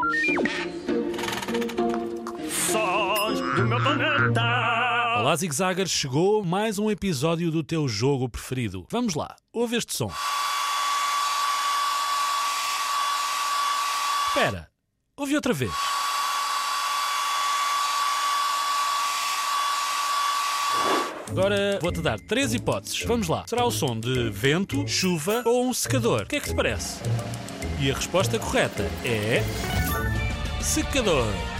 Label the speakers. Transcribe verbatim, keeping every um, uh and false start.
Speaker 1: Sons do meu planeta.
Speaker 2: Olá, Zigzaggers, chegou mais um episódio do teu jogo preferido. Vamos lá, ouve este som. Espera, ouve outra vez. Agora vou-te dar três hipóteses. Vamos lá. Será o som de vento, chuva ou um secador? O que é que te parece? E a resposta correta é... secador.